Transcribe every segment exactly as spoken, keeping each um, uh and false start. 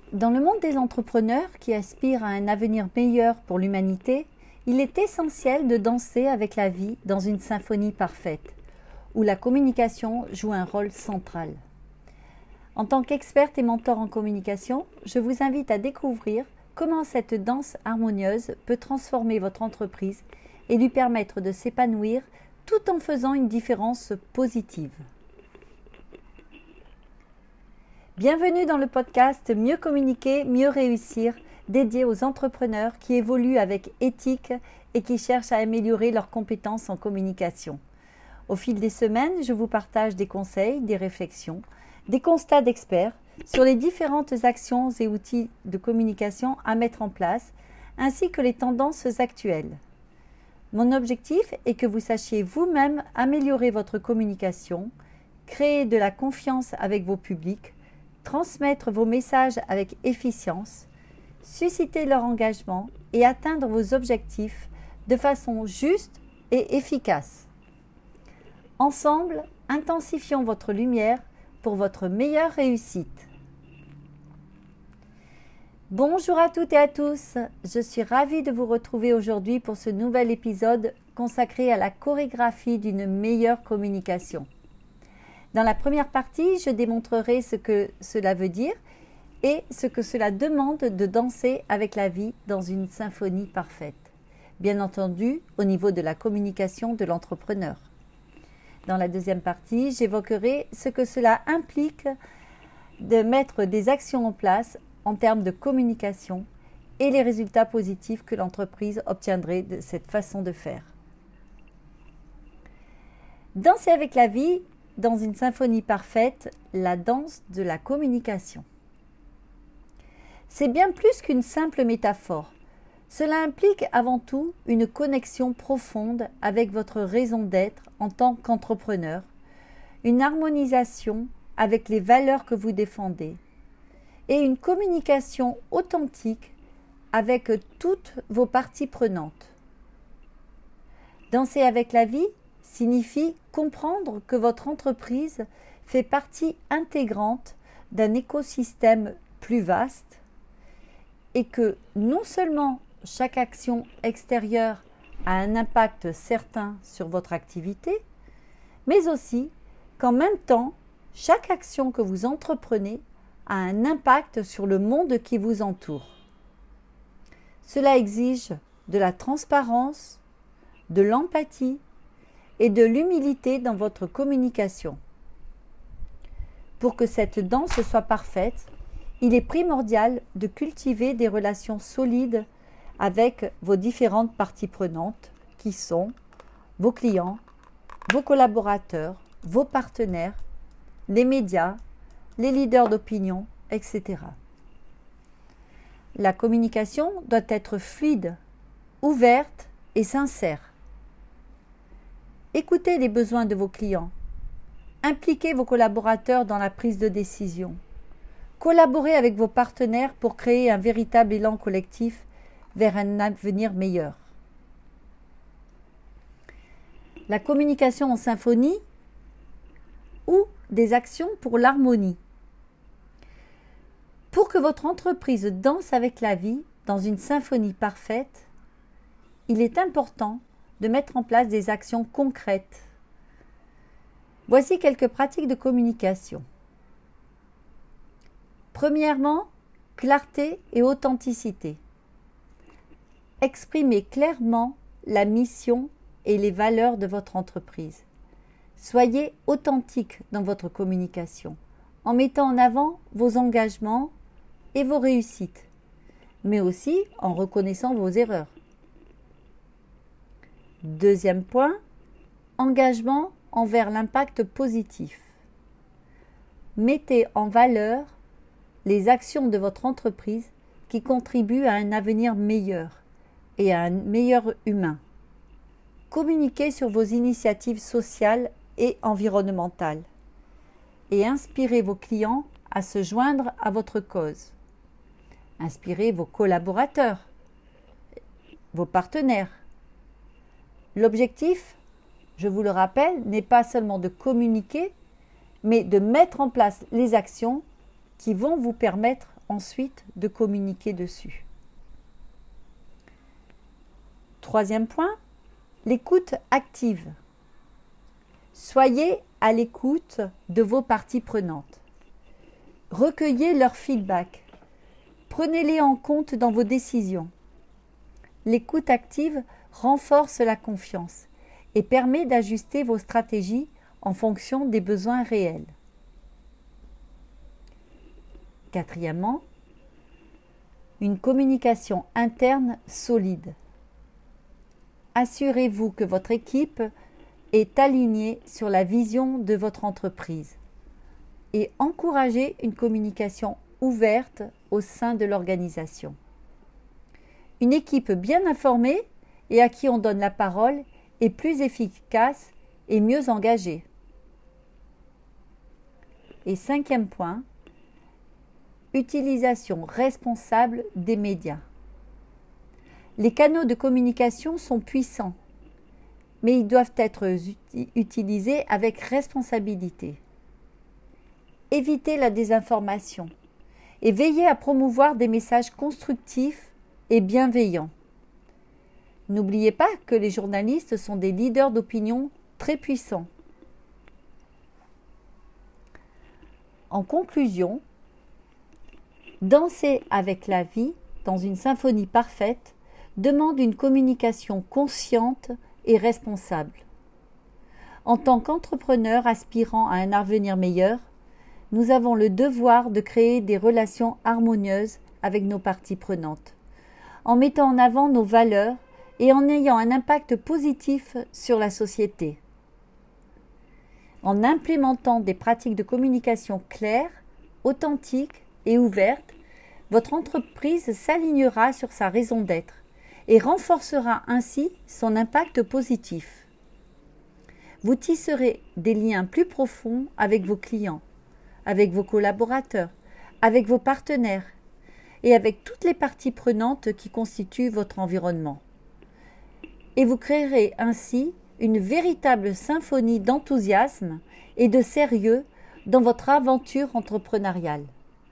Dans le monde des entrepreneurs qui aspirent à un avenir meilleur pour l'humanité, il est essentiel de danser avec la vie dans une symphonie parfaite, où la communication joue un rôle central. En tant qu'experte et mentor en communication, je vous invite à découvrir comment cette danse harmonieuse peut transformer votre entreprise et lui permettre de s'épanouir tout en faisant une différence positive. Bienvenue dans le podcast Mieux communiquer, mieux réussir, dédié aux entrepreneurs qui évoluent avec éthique et qui cherchent à améliorer leurs compétences en communication. Au fil des semaines, je vous partage des conseils, des réflexions, des constats d'experts sur les différentes actions et outils de communication à mettre en place, ainsi que les tendances actuelles. Mon objectif est que vous sachiez vous-même améliorer votre communication, créer de la confiance avec vos publics, transmettre vos messages avec efficience, susciter leur engagement et atteindre vos objectifs de façon juste et efficace. Ensemble, intensifions votre lumière pour votre meilleure réussite. Bonjour à toutes et à tous, je suis ravie de vous retrouver aujourd'hui pour ce nouvel épisode consacré à la chorégraphie d'une meilleure communication. Dans la première partie, je démontrerai ce que cela veut dire et ce que cela demande de danser avec la vie dans une symphonie parfaite. Bien entendu, au niveau de la communication de l'entrepreneur. Dans la deuxième partie, j'évoquerai ce que cela implique de mettre des actions en place en termes de communication et les résultats positifs que l'entreprise obtiendrait de cette façon de faire. Danser avec la vie dans une symphonie parfaite, la danse de la communication. C'est bien plus qu'une simple métaphore. Cela implique avant tout une connexion profonde avec votre raison d'être en tant qu'entrepreneur, une harmonisation avec les valeurs que vous défendez et une communication authentique avec toutes vos parties prenantes. Danser avec la vie signifie comprendre que votre entreprise fait partie intégrante d'un écosystème plus vaste et que non seulement chaque action extérieure a un impact certain sur votre activité, mais aussi qu'en même temps, chaque action que vous entreprenez a un impact sur le monde qui vous entoure. Cela exige de la transparence, de l'empathie et de l'humilité dans votre communication. Pour que cette danse soit parfaite, il est primordial de cultiver des relations solides avec vos différentes parties prenantes qui sont vos clients, vos collaborateurs, vos partenaires, les médias, les leaders d'opinion, et cetera. La communication doit être fluide, ouverte et sincère. Écoutez les besoins de vos clients. Impliquez vos collaborateurs dans la prise de décision. Collaborez avec vos partenaires pour créer un véritable élan collectif vers un avenir meilleur. La communication en symphonie ou des actions pour l'harmonie. Pour que votre entreprise danse avec la vie dans une symphonie parfaite, il est important de mettre en place des actions concrètes. Voici quelques pratiques de communication. Premièrement, clarté et authenticité. Exprimez clairement la mission et les valeurs de votre entreprise. Soyez authentique dans votre communication, en mettant en avant vos engagements et vos réussites, mais aussi en reconnaissant vos erreurs. Deuxième point, engagement envers l'impact positif. Mettez en valeur les actions de votre entreprise qui contribuent à un avenir meilleur et à un meilleur humain. Communiquez sur vos initiatives sociales et environnementales et inspirez vos clients à se joindre à votre cause. Inspirez vos collaborateurs, vos partenaires. L'objectif, je vous le rappelle, n'est pas seulement de communiquer, mais de mettre en place les actions qui vont vous permettre ensuite de communiquer dessus. Troisième point, l'écoute active. Soyez à l'écoute de vos parties prenantes. Recueillez leur feedback. Prenez-les en compte dans vos décisions. L'écoute active renforce la confiance et permet d'ajuster vos stratégies en fonction des besoins réels. Quatrièmement, une communication interne solide. Assurez-vous que votre équipe est alignée sur la vision de votre entreprise et encouragez une communication ouverte au sein de l'organisation. Une équipe bien informée et à qui on donne la parole est plus efficace et mieux engagée. Et cinquième point, utilisation responsable des médias. Les canaux de communication sont puissants, mais ils doivent être utilisés avec responsabilité. Évitez la désinformation et veillez à promouvoir des messages constructifs et bienveillants. N'oubliez pas que les journalistes sont des leaders d'opinion très puissants. En conclusion, danser avec la vie dans une symphonie parfaite demande une communication consciente et responsable. En tant qu'entrepreneurs aspirant à un avenir meilleur, nous avons le devoir de créer des relations harmonieuses avec nos parties prenantes, en mettant en avant nos valeurs et en ayant un impact positif sur la société. En implémentant des pratiques de communication claires, authentiques et ouvertes, votre entreprise s'alignera sur sa raison d'être et renforcera ainsi son impact positif. Vous tisserez des liens plus profonds avec vos clients, avec vos collaborateurs, avec vos partenaires et avec toutes les parties prenantes qui constituent votre environnement. Et vous créerez ainsi une véritable symphonie d'enthousiasme et de sérieux dans votre aventure entrepreneuriale.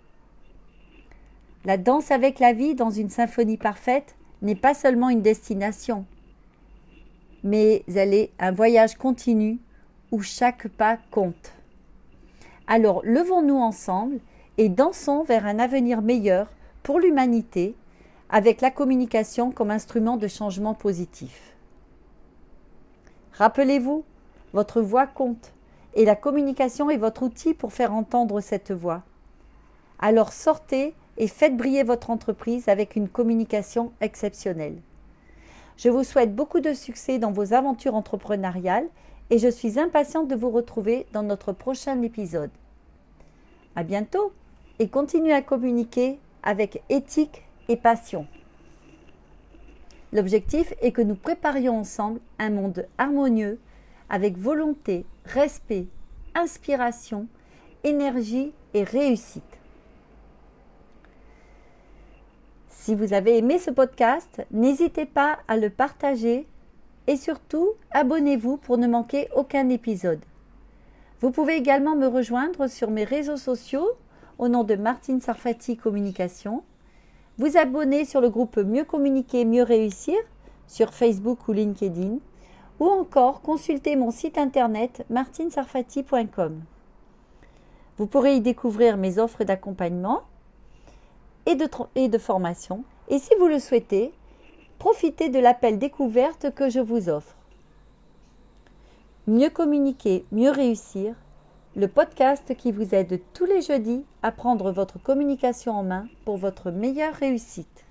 La danse avec la vie dans une symphonie parfaite n'est pas seulement une destination, mais elle est un voyage continu où chaque pas compte. Alors levons-nous ensemble et dansons vers un avenir meilleur pour l'humanité avec la communication comme instrument de changement positif. Rappelez-vous, votre voix compte et la communication est votre outil pour faire entendre cette voix. Alors sortez et faites briller votre entreprise avec une communication exceptionnelle. Je vous souhaite beaucoup de succès dans vos aventures entrepreneuriales et je suis impatiente de vous retrouver dans notre prochain épisode. À bientôt et continuez à communiquer avec éthique et passion. L'objectif est que nous préparions ensemble un monde harmonieux avec volonté, respect, inspiration, énergie et réussite. Si vous avez aimé ce podcast, n'hésitez pas à le partager et surtout abonnez-vous pour ne manquer aucun épisode. Vous pouvez également me rejoindre sur mes réseaux sociaux au nom de Martine Sarfati Communication. Vous abonner sur le groupe Mieux communiquer, mieux réussir sur Facebook ou LinkedIn ou encore consulter mon site internet martine sarfati point com. Vous pourrez y découvrir mes offres d'accompagnement et de, et de formation et si vous le souhaitez, profitez de l'appel découverte que je vous offre. Mieux communiquer, mieux réussir, le podcast qui vous aide tous les jeudis à prendre votre communication en main pour votre meilleure réussite.